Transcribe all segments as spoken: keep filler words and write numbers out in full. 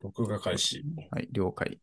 録画開始。 はい、了解。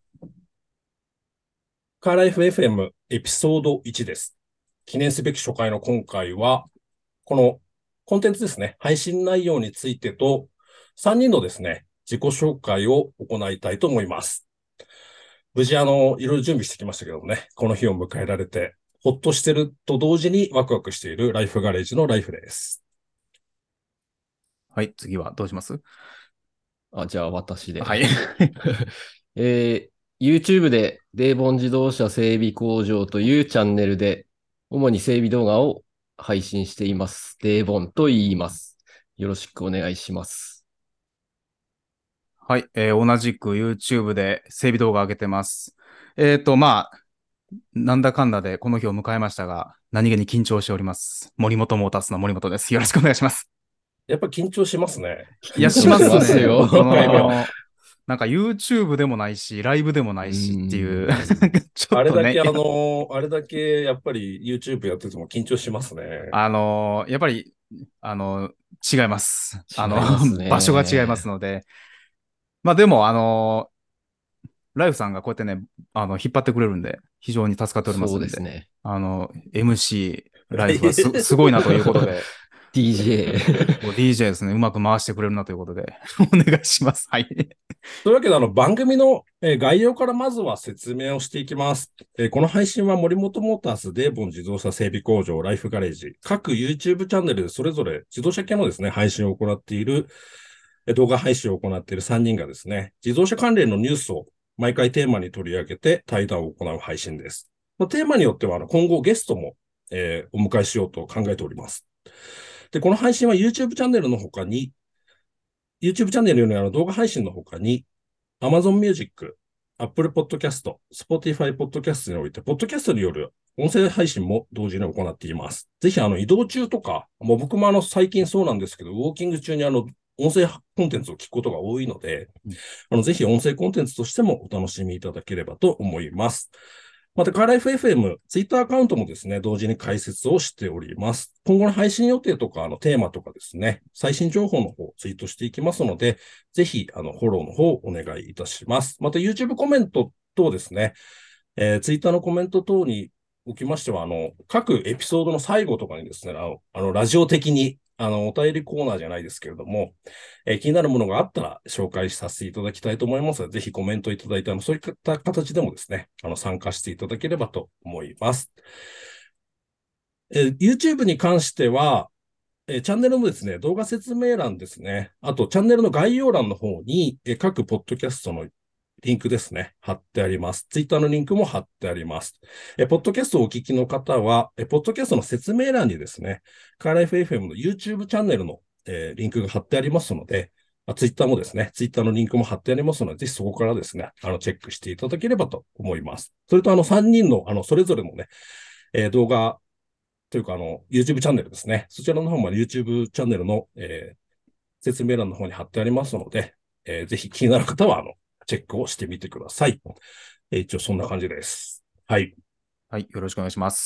カーライフ エフエム エピソードいちです。記念すべき初回の今回は、このコンテンツですね、配信内容についてと、さんにんのですね、自己紹介を行いたいと思います。無事、あの、いろいろ準備してきましたけどもね、この日を迎えられて、ほっとしてると同時にワクワクしているライフガレージのライフです。 はい、次はどうします？ あ、じゃあ私で。 はい。 えー YouTube でデーボン自動車整備工場というチャンネルで主に整備動画を配信しています。デーボンと言います。よろしくお願いします。 はい、えー同じく YouTube で整備動画上げてます。えっと、まあ、なんだかんだでこの日を迎えましたが、何気に緊張しております。森本モータースの森本です。よろしくお願いします。 やっぱ緊張しますね。 いや、 緊しま張しますすね。そよ。 いっかいめは。 の、なんか YouTube でもないし、ライブでもなうーいしっていう、 ん。 なんかちょっとね、 あれだけ、あいや、 の、あれだけ、やっぱり YouTube やってても緊張しますね。 あのーやっぱり、あのー違います。あの、 違います場所が違いますね。 ので、まあでも、あのライフさんがこうやってね、あの、引っ張ってくれるんで、非常に助かっておりまそうすんで、 ですね。 あの、エムシー、ライフがす、すごいなということで、 ディージェー。 もう ディージェー ですね、うまく回してくれるなということで、お願いします。はい。 というわけで、あの、番組の、えー概要からまずは説明をしていきます。えーこの配信は森本モータース、デーボン自動車整備工場、ライフガレージ、各 YouTube チャンネルでそれぞれ自動車系のですね、配信を行っている、えー動画配信を行っているさんにんがですね、自動車関連のニュースを毎回テーマに取り上げて対談を行う配信です。まあテーマによっては、あの今後ゲストも、えーお迎えしようと考えております。で、この配信は YouTube チャンネルの他に、YouTube チャンネルの動画配信の他に、Amazon Music、Apple Podcast、Spotify Podcast において、ポッドキャストによる音声配信も同時に行っています。ぜひ、あの、移動中とか、もう僕もあの、最近そうなんですけど、ウォーキング中にあの、音声コンテンツを聞くことが多いので、あの、ぜひ音声コンテンツとしてもお楽しみいただければと思います。また、カーライフ エフエム、ツイッターアカウントもですね、同時に開設をしております。今後の配信予定とか、あの、テーマとかですね、最新情報の方、ツイートしていきますので、ぜひ、あの、フォローの方、お願いいたします。また、YouTube コメント等ですね、えー、Twitter のコメント等におきましては、あの、各エピソードの最後とかにですね、あの、あのラジオ的に、あの、お便りコーナーじゃないですけれども、えー気になるものがあったら紹介させていただきたいと思いますので、ぜひコメントいただいて、あの、そういった形でもですね、あの、参加していただければと思います。えー YouTube に関しては、えーチャンネルのですね、動画説明欄ですね。あと、チャンネルの概要欄の方に、えー各ポッドキャストのリンクですね、貼ってあります。ツイッターのリンクも貼ってあります。えーポッドキャストをお聞きの方は、えーポッドキャストの説明欄にですね、カーライフ エフエム の YouTube チャンネルの、えーリンクが貼ってありますので、まあ、ツイッターもですね、ツイッターのリンクも貼ってありますので、ぜひそこからですね、あの、チェックしていただければと思います。それと、あの、さんにんの、あの、それぞれのね、えー動画というか、あの、YouTube チャンネルですね。そちらの方も YouTube チャンネルの、えー説明欄の方に貼ってありますので、えーぜひ気になる方は、あの、チェックをしてみてください。えー一応そんな感じです。はい。 はい、よろしくお願いします。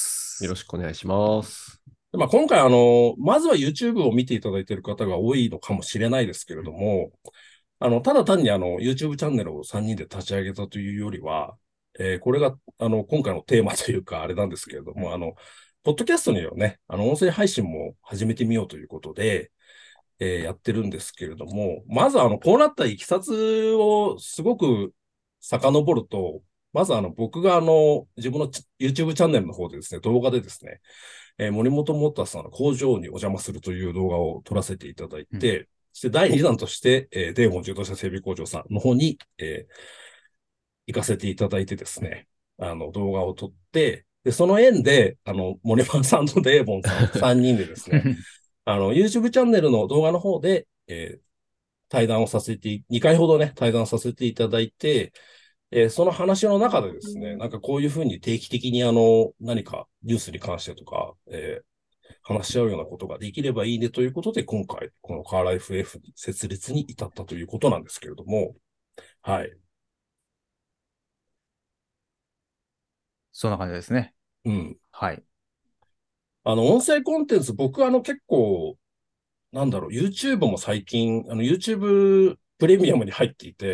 よろしくお願いします。 でまあ、今回、あの、まずは YouTube を見ていただいている方が多いのかもしれないですけれども、あの、ただ単にあの、YouTube チャンネルをさんにんで立ち上げたというよりは、えーこれが、あの、今回のテーマというか、あれなんですけれども、あの、ポッドキャストによね、あの、音声配信も始めてみようということで、えーやってるんですけれども、まずあの、こうなったいきさつをすごく遡ると、まずあの、僕があの、自分の YouTube チャンネルの方でですね、動画でですね、えー森本モーターさんの工場にお邪魔するという動画を撮らせていただいうん、 て、そしてだいにだんとして、えーデーモン自動車整備工場さんの方に、えー行かせていただいてですね、あの、動画を撮って、で、その縁で、あの、森本さんとデーボンさんさんにんでですね、あの、YouTube チャンネルの動画の方で、えー対談をさせて、にかいほどね、対談させていただいて、えーその話の中でですね、なんかこういうふうに定期的にあの、何かニュースに関してとか、えー話し合うようなことができればいいねということで、今回、このカーライフ F 設立に至ったということなんですけれども、はい。 そんな感じですね。 うん。 はい。 あの、音声コンテンツ、僕はあの結構、なんだろう、YouTube も最近、あの、YouTube プレミアムに入っていて、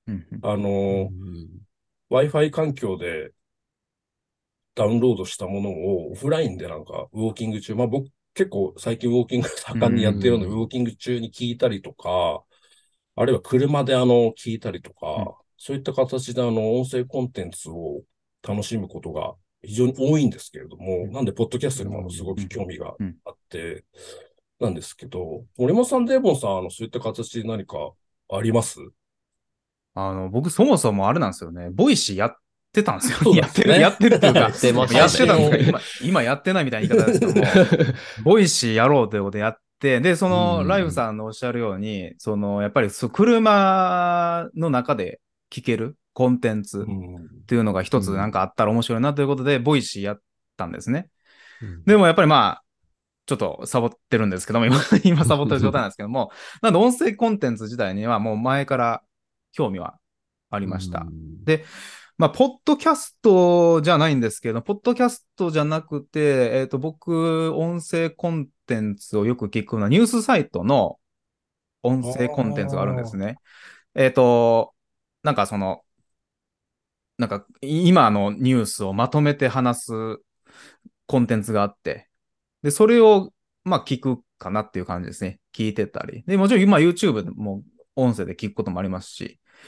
うんうんあうの、 ん Wi-Fi 環境でダウンロードしたものをオフラインでなんかウォーキング中、まあ僕結構最近ウォーキング盛んにやってるので、ウォーキング中に聞いたりとか、あるいは車であの聞いたりとうんか、そういった形であの音声コンテンツを楽しむことが非常に多いんですけれども、なんで、ポッドキャストにもあのすごく興味がうん。 あって、なんですけど、森本さん、デーボンさん、あの、そういった形で何かあります？ あの、僕そもそもあれなんですよね。ボイシーやってたんですよ。 そうやってる、やですね。 ってるっていうか、 やってまやしたってたんですが、 ね。 配信を。 今、今やってないみたいな言い方ですけども、ボイシーやろうということでやって、で、そうの、ライフんさんのおっしゃるように、その、やっぱりそう、車の中で聞けるコンテンツうん。 っていうのが一つなんうんかあったら面白いなということで、ボイシーやったんですね。 うんでもやっぱりまあ、ちょっとサボってるんですけども、今、今サボってる状態なんですけども、なんで音声コンテンツ自体にはもう前から興味はありうました。 んで、まあ、ポッドキャストじゃないんですけど、ポッドキャストじゃなくて、えっと、僕、音声コンテンツをよく聞くのは、ニュースサイトの音あ声コンテンツがあるんですあ。 ね。えっと、なんかその、なんか今のニュースをまとめて話すコンテンツがあって、で、それを、まあ、聞くかなっていう感じですね。聞いてたり。で、もちろん今 YouTube でも音声で聞くこともありますし、 うん。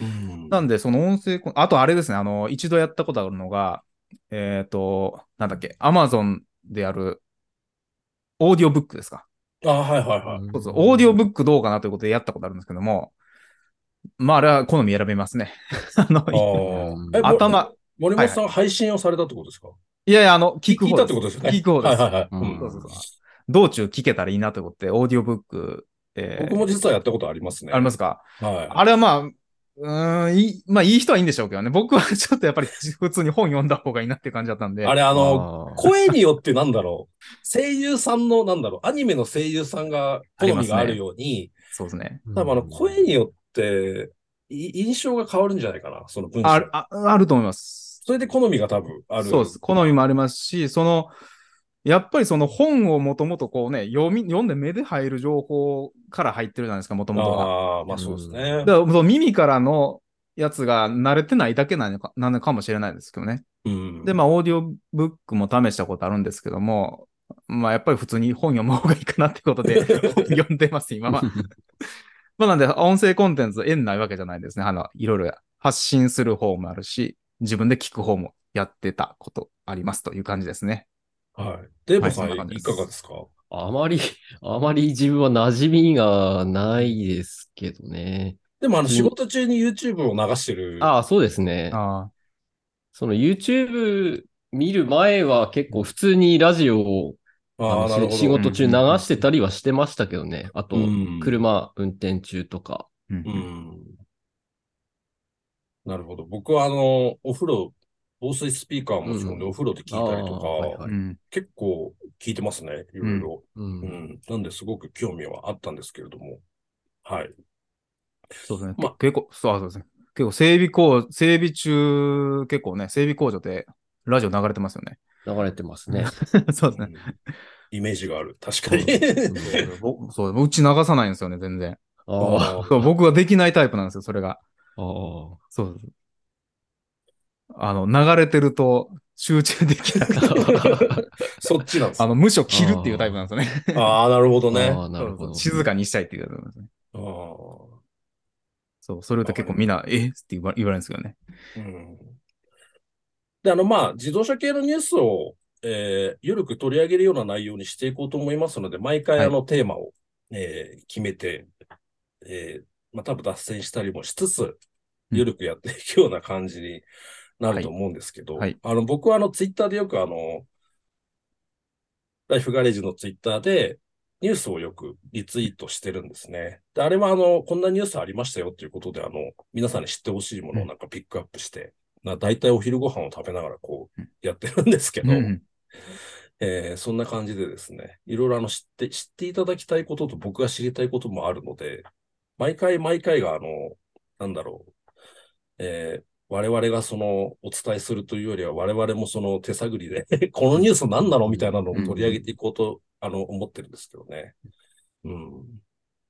なんで、その音声コン、あとあれですね、あの、一度やったことあるのが、えっと、なんだっけ、Amazon でやるオーディオブックですか。 ああ、はいはいうはい。 そうそう、オーディオんブックどうかなということでやったことあるんですけども、まあ、あれは好み選べますね。あの、 あいあ。え、も、え頭、はいはい。 森本さん配信をされたってことですか？ いやいや、あの、聞き聞いたってく方です。 ことですよね。 聞く方です。 はいはいはい。 ううん。 そうそうそう。 ん道中聞けたらいいなということで、オーディオブック、 僕もえー実はやったことありますね。 ありますか？ はい。 あれはまあ、うーん、いい、まあいい人はいいんでしょうけどね。僕はちょっとやっぱり普通に本読んだ方がいいなっていう感じだったんで。 あれ、あの、 ああ。 声によってなんだろう。声優さんの、なんだろう。アニメの声優さんがあり好みがあるますね。 ように、 そうですね。 多分あの、声によってい印象が変わるんじゃないかな。その文ある、 章。 あ、あると思います。 それで好みが多分ある。 そうです。好みもありますし、その、やっぱりその本をもともとこうね、読み、読んで目で入る情報から入ってるじゃないですか、もともとが。 ああ、まあうそうですんね。 だからその耳からのやつが慣れてないだけなのか、なのかもしれないですけどね。 うで、まん。 あ、オーディオブックも試したことあるんですけども、まあ、やっぱり普通に本読む方がいいかなってことで、本読んでます、今は。まあ、なんで、音声コンテンツ縁ないわけじゃないですね。あの、いろいろ発信する方もあるし、自分で聞く方もやってたことありますという感じですね。 はい。デーはい、 ボさん、 そんな感じでいかがです。 すか？ あまり、あまり自分は馴染みがないですけどね。 でも、あの、仕普通に、 事中に YouTube を流してる。 ああ、そうですね。 あその YouTube 見る前は結構普通にラジオをあああ、なるのし仕ほど。 あ、うん、 事中流うん、うん、 してたりはしてましたけどね。あうと、 ん。 車運転中とか。 うん、 ううん。 ん。なるほど。僕は、あの、お風呂、防水スピーカーはもちろんで、おうん。 風呂であ聞いたりとか、 あ、はいはい。 うん、 結構聞いてますね。いうん。 ろいろ。 うん。 うん。なんで、すごく興味はあったんですけれども。はい。 そうですね。け、 ま結構、そうそうですね。結構整備工、整備中、結構ね、整備工場でラジオ流れてますよね。 流れてますね。 そうですね。 うん、イメージがある。確かに。 うん。うそうん、 そうぼそううち流さないんですよね、全然。 ああそう、僕はできないタイプなんですよ、それが。 あ、あそうそう。あの、流れてると集中できなくてあ。 そっちなんであの、 すね。 むしろ切るっていうタイプなんですよね。 ああ、なるほどね。 ああ、なそうそう。 るほど。 静かにしたいっていうタイプなんですね。 ああ、 そう、それとわかります。 結構みんな、えって言わ、言われるんですけどね。 うん。で、あの、まあ、自動車系のニュースを、えー、ゆるく取り上げるような内容にしていこうと思いますので、毎回はい。 あのテーマを、えー決めて、えーまあ、多分脱線したりもしつつ、 うん。 ゆるくやっていくような感じになるはい。 と思うんですけど、 はい。 あの、僕はあの、ツイッターでよくあの、ライフガレージのツイッターで、ニュースをよくリツイートしてるんですね。で、あれはあの、こんなニュースありましたよということで、あの、皆さんに知ってほしいもうん。 のをなんかピックアップして、な大体お昼ご飯を食べながらこうん。 う、やってるんですけど、 うん。 えーそんな感じでですね、いろいろあの、知って、知っていただきたいことと僕が知りたいこともあるので、毎回毎回があの、なんだろう、えー我々がそのお伝えするというよりは我々もその手探りでこのニュース何なのみたいなのうん。 を取り上げていこうとあの思ってるんですけどね。うん。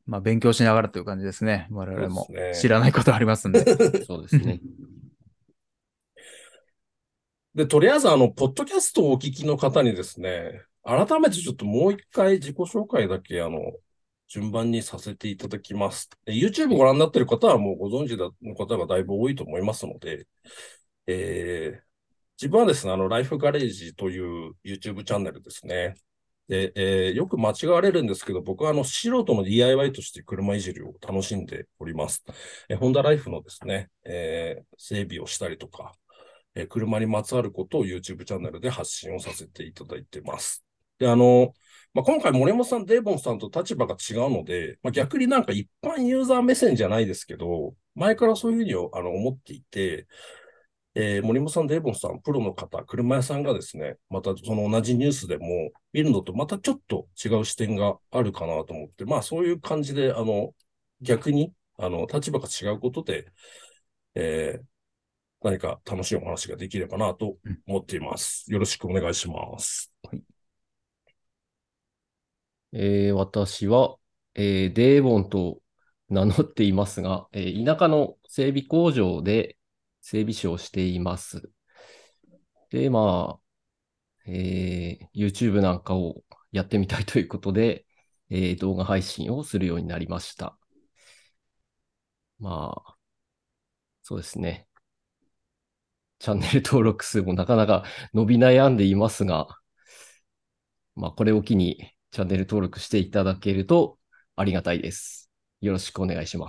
まあ、勉強しながらという感じですね。我々もそうですね知らないことありますんで。 そうですね。 で、とりあえず、あの、ポッドキャストをお聞きの方にですね、改めてちょっともう一回自己紹介だけ、あの、順番にさせていただきます。で YouTube ご覧になっている方はもうご存知の方がだいぶ多いと思いますので、えー、自分はですね、あの、ライフガレージという YouTube チャンネルですね。で、えーよく間違われるんですけど、僕はあの、素人の ディーアイワイ として車いじりを楽しんでおります。えーホンダライフのですね、えー整備をしたりとか、えー車にまつわることを YouTube チャンネルで発信をさせていただいてます。で、あの、まあ、今回森本さん、デーボンさんと立場が違うので、まあ、逆になんか一般ユーザー目線じゃないですけど、前からそういうふうにあの思っていて、えー森本さん、デーボンさん、プロの方、車屋さんがですね、またその同じニュースでも見るのとまたちょっと違う視点があるかなと思って、まあそういう感じで、あの、逆に、あの、立場が違うことで、えー何か楽しいお話ができればなとうん思っています。よろしくお願いします。 えー私は、えーデーボンと名乗っていますが、えー田舎の整備工場で整備士をしています。で、まあ、えー YouTube なんかをやってみたいということで、えー動画配信をするようになりました。まあ、そうですね。チャンネル登録数もなかなか伸び悩んでいますが、まあ、これを機にチャンネル登録していただけるとありがたいです。よろしくお願いします。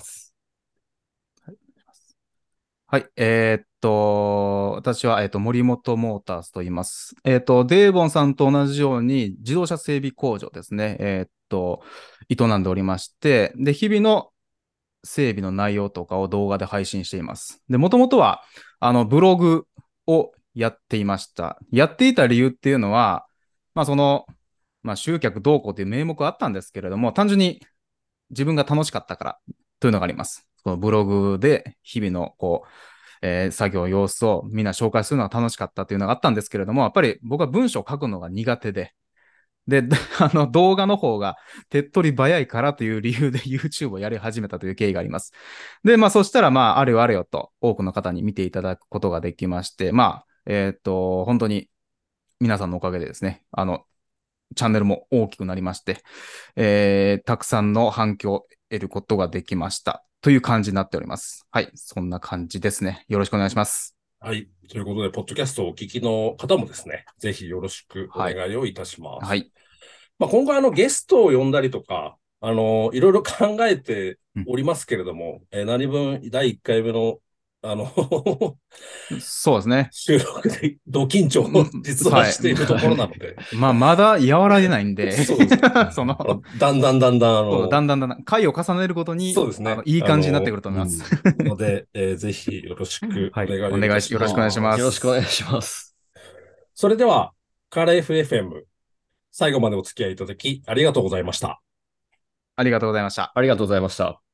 はい。えーっと、私は、えーっと、森本モータースと言います。えーっと、デーボンさんと同じように自動車整備工場ですね。えーっと、営んでおりまして、で、日々の整備の内容とかを動画で配信しています。で、もともとは、あの、ブログをやっていました。やっていた理由っていうのは、まあ、その、まあ、集客動向という名目はあったんですけれども、単純に自分が楽しかったからというのがあります。このブログで日々のこう、えー作業様子をみんな紹介するのが楽しかったというのがあったんですけれども、やっぱり僕は文章を書くのが苦手で、で、あの動画の方が手っ取り早いからという理由で YouTube をやり始めたという経緯があります。で、まあそしたらまああれよあれよと多くの方に見ていただくことができまして、まあ、えっと、本当に皆さんのおかげでですね、あの、チャンネルも大きくなりまして、えー、たくさんの反響を得ることができました。という感じになっております。はい。そんな感じですね。よろしくお願いします。 はい。ということで、ポッドキャストをお聞きの方もですね、ぜひよろしくお願いをいたします。 はい。 まあ、今後あのゲストを呼んだりとか、あの、いろいろ考えておりますけれども、えー何分だいいっかいめの、あのそうですね。 収録でド緊張をうん実ははい。 しているところなので、 まあ、まだ和らげないんで、 そうです。 その、 だんだんだんだん、あそうだの、 んだんだんだん、回を重ねるごとに、あの、 そうですね。 いいあの、 感じになってくると思います。 ので、えーぜひよろしくはい。 お願お願いし、 いをいたしよろしくお願いしまよろしくお願いす。 します。 それでは、カレー エフエフエム、最後までお付き合いいただき、ありがとうございました。 ありがとうございました。 ありがとうございました。